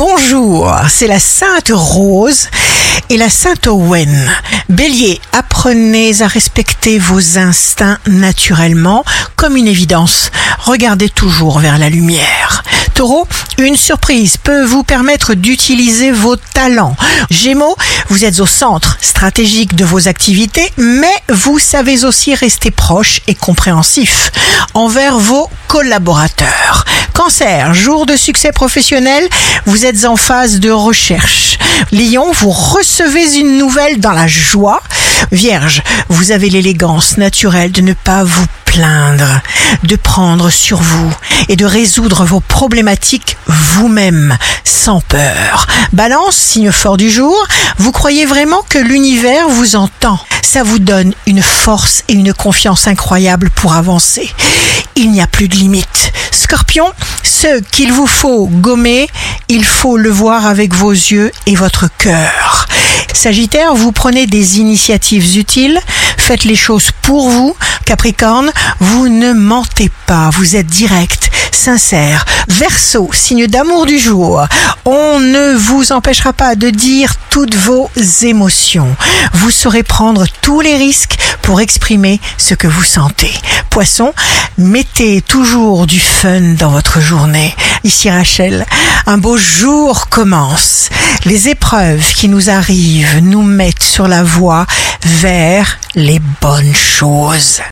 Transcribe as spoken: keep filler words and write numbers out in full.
Bonjour, c'est la Sainte Rose et la Sainte Owen. Bélier, apprenez à respecter vos instincts naturellement, comme une évidence. Regardez toujours vers la lumière. Taureau, une surprise peut vous permettre d'utiliser vos talents. Gémeaux, vous êtes au centre stratégique de vos activités, mais vous savez aussi rester proche et compréhensif envers vos collaborateurs. Cancer, jour de succès professionnel, vous êtes en phase de recherche. Lion, vous recevez une nouvelle dans la joie. Vierge, vous avez l'élégance naturelle de ne pas vous plaindre, de prendre sur vous et de résoudre vos problématiques vous-même, sans peur. Balance, signe fort du jour, vous croyez vraiment que l'univers vous entend. Ça vous donne une force et une confiance incroyable pour avancer. Il n'y a plus de limite. Scorpion, ce qu'il vous faut gommer, il faut le voir avec vos yeux et votre cœur. Sagittaire, vous prenez des initiatives utiles, faites les choses pour vous. Capricorne, vous ne mentez pas, vous êtes direct, sincère. Verseau, signe d'amour du jour, on ne vous empêchera pas de dire toutes vos émotions. Vous saurez prendre tous les risques pour exprimer ce que vous sentez. Poisson, mettez toujours du fun dans votre journée. Ici Rachel, un beau jour commence. Les épreuves qui nous arrivent nous mettent sur la voie vers les bonnes choses.